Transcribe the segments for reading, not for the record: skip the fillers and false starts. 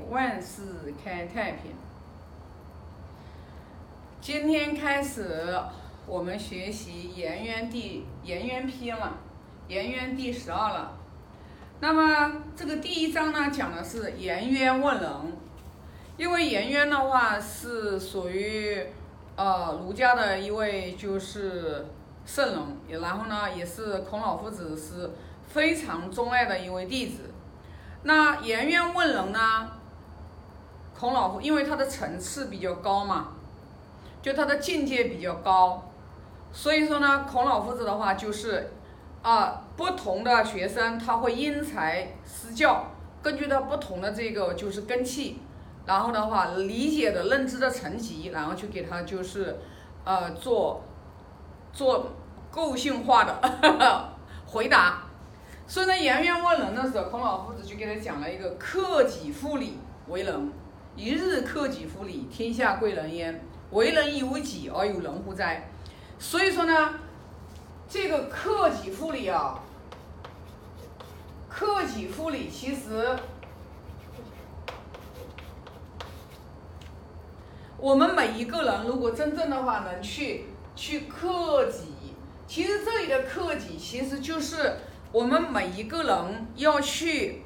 万事开太平。今天开始我们学习颜渊篇了，颜渊第12了。那么这个第1章呢，讲的是颜渊问仁。因为颜渊的话是属于儒家的一位就是圣人，然后呢也是孔老夫子是非常钟爱的一位弟子。那颜渊问仁呢，因为他的层次比较高嘛，就他的境界比较高，所以说呢，孔老夫子的话就是不同的学生他会因材施教，根据他不同的这个就是根器，然后的话理解的认知的层级，然后去给他就是做构性化的回答。所以呢，颜渊问仁的时候，孔老夫子就给他讲了一个克己复礼为仁。一日克己复礼，天下贵人焉。为人亦无己，而有人乎哉？所以说呢，这个克己复礼克己复礼其实我们每一个人如果真正的话能去克己，其实这里的克己其实就是我们每一个人要去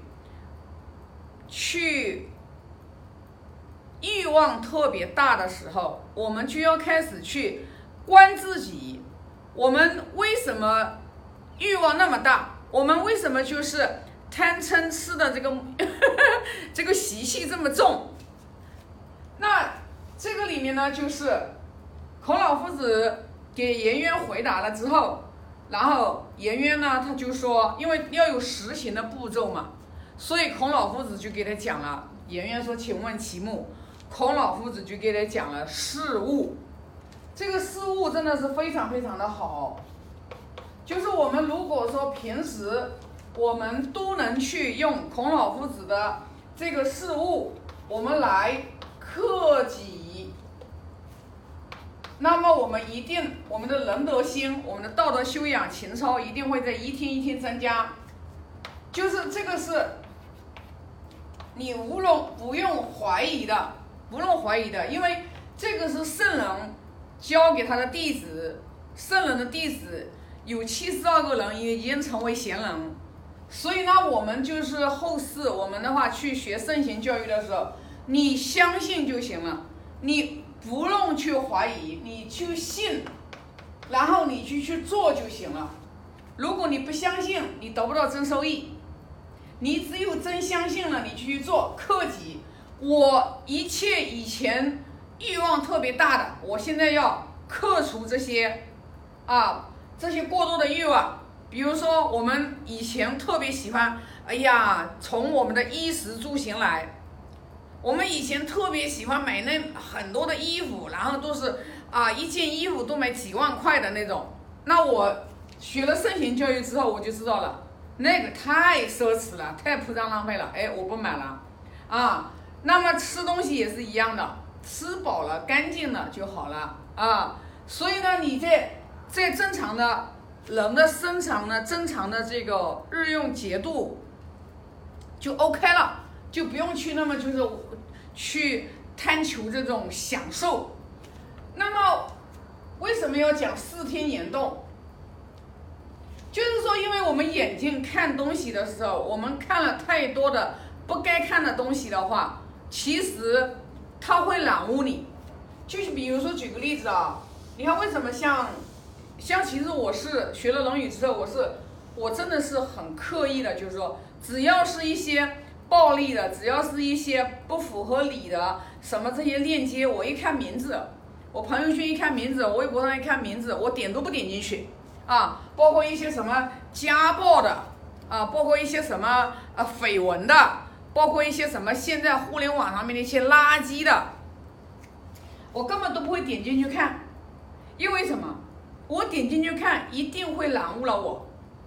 欲望特别大的时候，我们就要开始去观自己，我们为什么欲望那么大，我们为什么就是贪嗔痴的这个习气这么重。那这个里面呢，就是孔老夫子给颜渊回答了之后，然后颜渊呢他就说，因为要有实行的步骤嘛，所以孔老夫子就给他讲了。颜渊说请问其目，孔老夫子就给他讲了事物。这个事物真的是非常非常的好，就是我们如果说平时我们都能去用孔老夫子的这个事物，我们来克己，那么我们的仁德心，我们的道德修养情操一定会在一天一天增加。就是这个是你不用怀疑的，因为这个是圣人教给他的弟子，圣人的弟子有72个人已经成为贤人。所以呢，我们就是后世我们的话去学圣贤教育的时候，你相信就行了，你不用去怀疑，你去信，然后你去做就行了。如果你不相信，你得不到真收益。你只有真相信了，你去做克己。我一切以前欲望特别大的，我现在要克除这些过多的欲望。比如说我们以前特别喜欢从我们的衣食住行来，我们以前特别喜欢买那很多的衣服，然后都是一件衣服都买几万块的那种。那我学了圣贤教育之后，我就知道了，那个太奢侈了，太铺张浪费了，我不买了那么吃东西也是一样的，吃饱了干净了就好了所以呢，你在正常的人的正常的这个日用节度就 OK 了，就不用去那么就是去贪求这种享受。那么为什么要讲4天言动？就是说因为我们眼睛看东西的时候，我们看了太多的不该看的东西的话，其实它会染污你。就是比如说举个例子你看为什么像其实我是学了《论语》之后，我真的是很刻意的，就是说只要是一些暴力的，只要是一些不符合理的什么这些链接，我一看名字，我朋友圈一看名字，我微博上一看名字，我点都不点进去包括一些什么家暴的包括一些什么绯闻的，包括一些什么现在互联网上面的一些垃圾的，我根本都不会点进去看。因为什么？我点进去看一定会染污了我，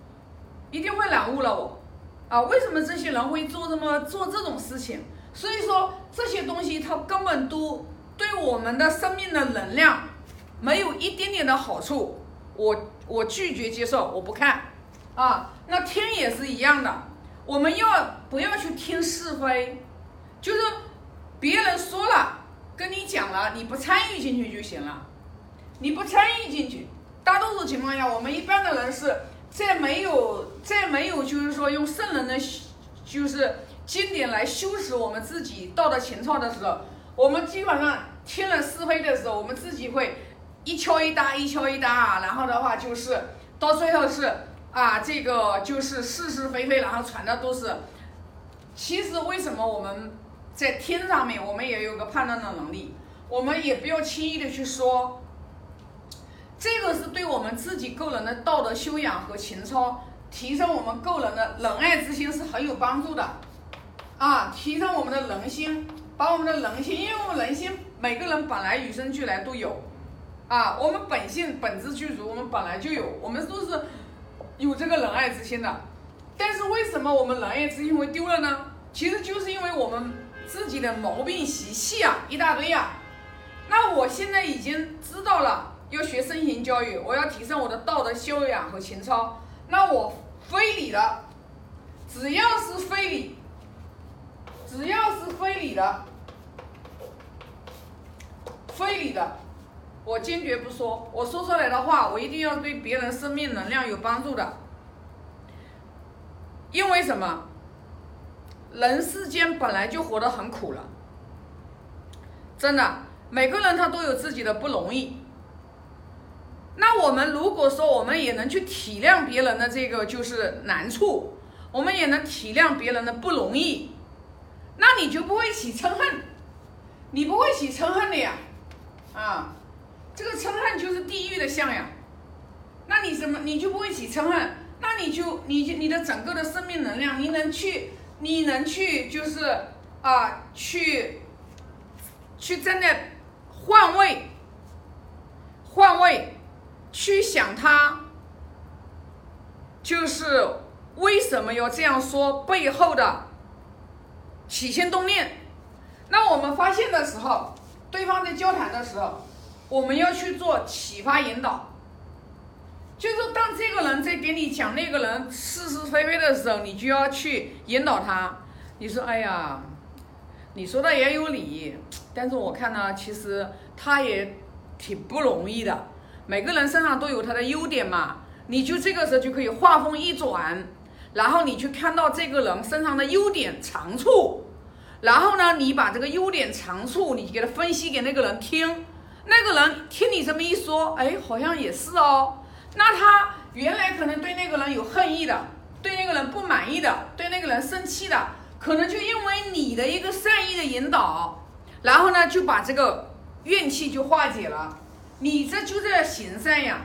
为什么这些人会做这种事情？所以说这些东西它根本都对我们的生命的能量没有一点点的好处，我拒绝接受，我不看那听也是一样的，我们不要去听是非，就是别人说了跟你讲了，你不参与进去就行了，你不参与进去。大多数情况下，我们一般的人是在没有就是说用圣人的就是经典来修持我们自己道德情操的时候，我们基本上听了是非的时候，我们自己会一敲一搭一敲一搭，然后的话就是到最后是这个就是是是非非，然后传的都是。其实为什么我们在听上面我们也有个判断的能力，我们也不要轻易的去说，这个是对我们自己个人的道德修养和情操，提升我们个人的仁爱之心是很有帮助的提升我们的人心，把我们的人心，因为我们人心每个人本来与生俱来都有我们本性本质具足，我们本来就有，我们都是有这个仁爱之心的。但是为什么我们仁爱之心会丢了呢？其实就是因为我们自己的毛病习气一大堆那我现在已经知道了要学身心教育，我要提升我的道德修养和情操，那我非礼的，只要是非礼的我坚决不说，我说出来的话我一定要对别人生命能量有帮助的。因为什么？人世间本来就活得很苦了，真的，每个人他都有自己的不容易。那我们如果说我们也能去体谅别人的这个就是难处，我们也能体谅别人的不容易，那你就不会起嗔恨，你不会起嗔恨的呀这个嗔恨就是地狱的象呀。那你就不会起嗔恨，那你的整个的生命能量，你能去就是去站在换位去想他就是为什么要这样说背后的起心动念。那我们发现的时候，对方在交谈的时候，我们要去做启发引导，就是说当这个人在给你讲那个人是是非非的时候，你就要去引导他。你说哎呀，你说的也有理，但是我看呢，其实他也挺不容易的，每个人身上都有他的优点嘛，你就这个时候就可以话锋一转，然后你去看到这个人身上的优点长处，然后呢你把这个优点长处你给他分析给那个人听，那个人听你这么一说，哎，好像也是那他原来可能对那个人有恨意的，对那个人不满意的，对那个人生气的，可能就因为你的一个善意的引导，然后呢就把这个怨气就化解了。你这就在行善呀，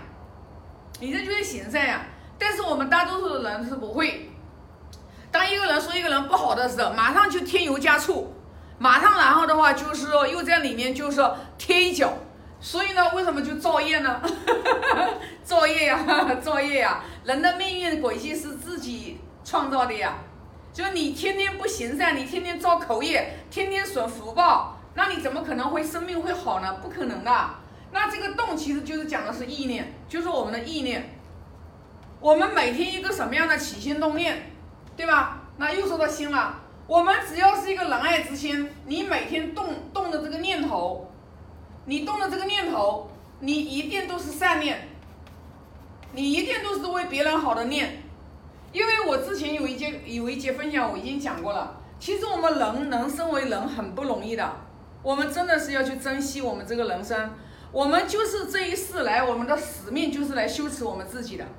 但是我们大多数的人是不会，当一个人说一个人不好的时候，马上就添油加醋，马上然后的话就是说又在里面就是说贴一脚。所以呢，为什么就造业呢？造业呀！人的命运轨迹是自己创造的呀。就是你天天不行善，你天天造口业，天天损福报，那你怎么可能会生命会好呢？不可能的。那这个动其实就是讲的是意念，就是我们的意念。我们每天一个什么样的起心动念，对吧？那又说到心了。我们只要是一个仁爱之心，你每天动的这个念头。你动的这个念头，你一定都是善念，你一定都是为别人好的念。因为我之前有一节分享我已经讲过了，其实我们人能生为人很不容易的，我们真的是要去珍惜我们这个人生，我们就是这一世来，我们的使命就是来修持我们自己的，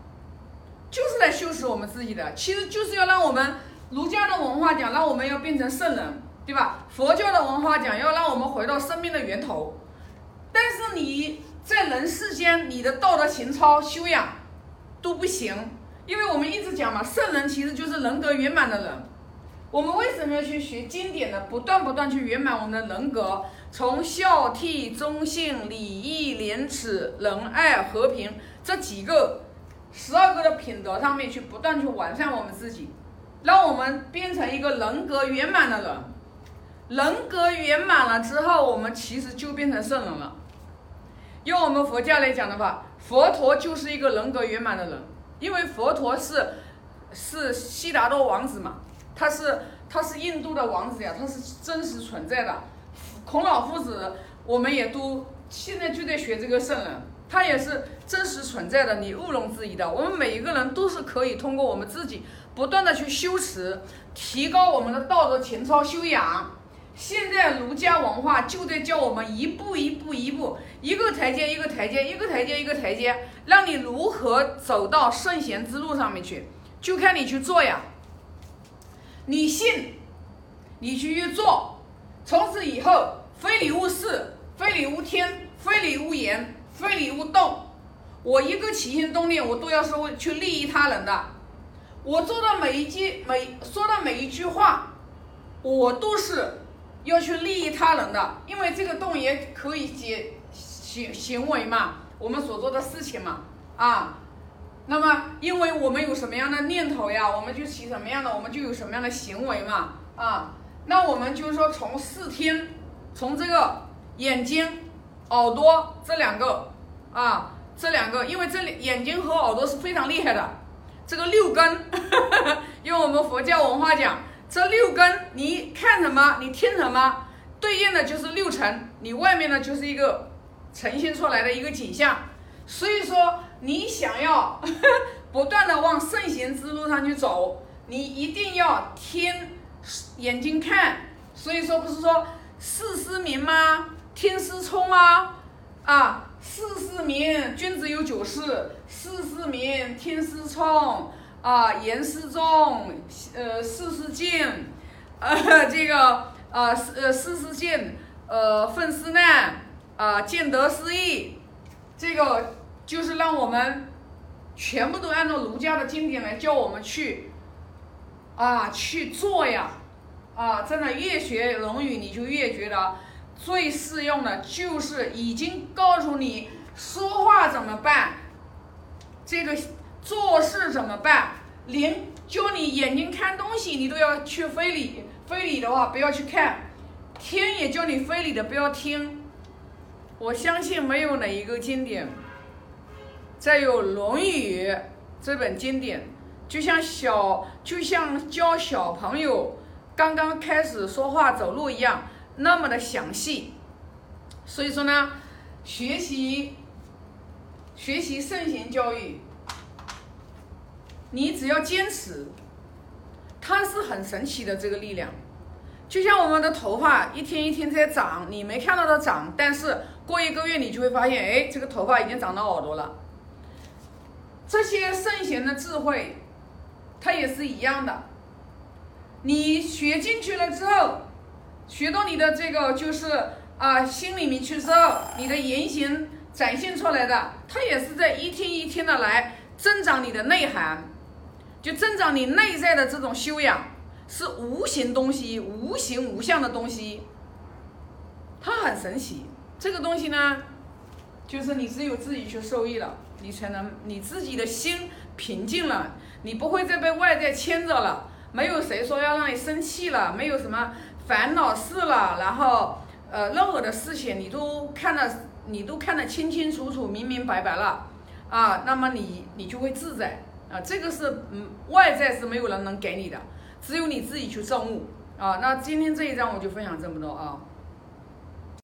其实就是要让我们儒家的文化讲，让我们要变成圣人，对吧？佛教的文化讲，要让我们回到生命的源头。但是你在人世间，你的道德情操修养都不行，因为我们一直讲嘛，圣人其实就是人格圆满的人。我们为什么要去学经典呢？不断去圆满我们的人格，从孝悌忠信礼义廉耻仁爱和平这几个12个的品德上面去不断去完善我们自己，让我们变成一个人格圆满的人。人格圆满了之后，我们其实就变成圣人了。用我们佛教来讲的话，佛陀就是一个人格圆满的人，因为佛陀是悉达多王子嘛，他是印度的王子呀，他是真实存在的。 孔老夫子，我们也都现在就在学这个圣人，他也是真实存在的，你毋庸置疑的。我们每一个人都是可以通过我们自己不断的去修持，提高我们的道德情操修养。现在儒家文化就在教我们一步一步，一个台阶一个台阶，一个台阶一个台阶，让你如何走到圣贤之路上面去，就看你去做呀。你信，你去做，从此以后非礼勿视，非礼勿听，非礼勿言，非礼勿动。我一个起心动念，我都要是为去利益他人的。我做的说的每一句话，我都是要去利益他人的，因为这个动也可以解行为嘛，我们所做的事情嘛，那么因为我们有什么样的念头呀，我们就起什么样的，我们就有什么样的行为嘛，那我们就是说从视听，从这个眼睛、耳朵这两个，因为这眼睛和耳朵是非常厉害的，这个六根，用我们佛教文化讲，这六根你看什么，你听什么，对应的就是六尘，你外面呢就是一个呈现出来的一个景象。所以说你想要不断的往圣贤之路上去走，你一定要听眼睛看。所以说不是说视思明吗？听思聪吗？视思明，君子有九事，视思明，听思聪，言思重，视思静，视思静，愤思难，见得思义。这个就是让我们全部都按照儒家的经典来教我们去做呀，真的越学《论语》你就越觉得最适用的就是已经告诉你说话怎么办，这个做事怎么办，连教你眼睛看东西你都要去非礼，非礼的话不要去看，听也教你非礼的不要听。我相信没有哪一个经典再有《论语》这本经典，就像教小朋友刚刚开始说话走路一样，那么的详细。所以说呢，学习圣贤教育，你只要坚持，它是很神奇的这个力量。就像我们的头发一天一天在长，你没看到它长，但是过一个月你就会发现，这个头发已经长到耳朵了。这些圣贤的智慧它也是一样的，你学进去了之后，学到你的这个就是心里面去之后，你的言行展现出来的，它也是在一天一天的来增长你的内涵，就增长你内在的这种修养，是无形东西，无形无相的东西，它很神奇。这个东西呢，就是你只有自己去受益了，你才能你自己的心平静了，你不会再被外在牵着了，没有谁说要让你生气了，没有什么烦恼事了，然后任何的事情你都看得清清楚楚、明明白白了那么你就会自在这个是外在是没有人能给你的，只有你自己去证悟那今天这一章我就分享这么多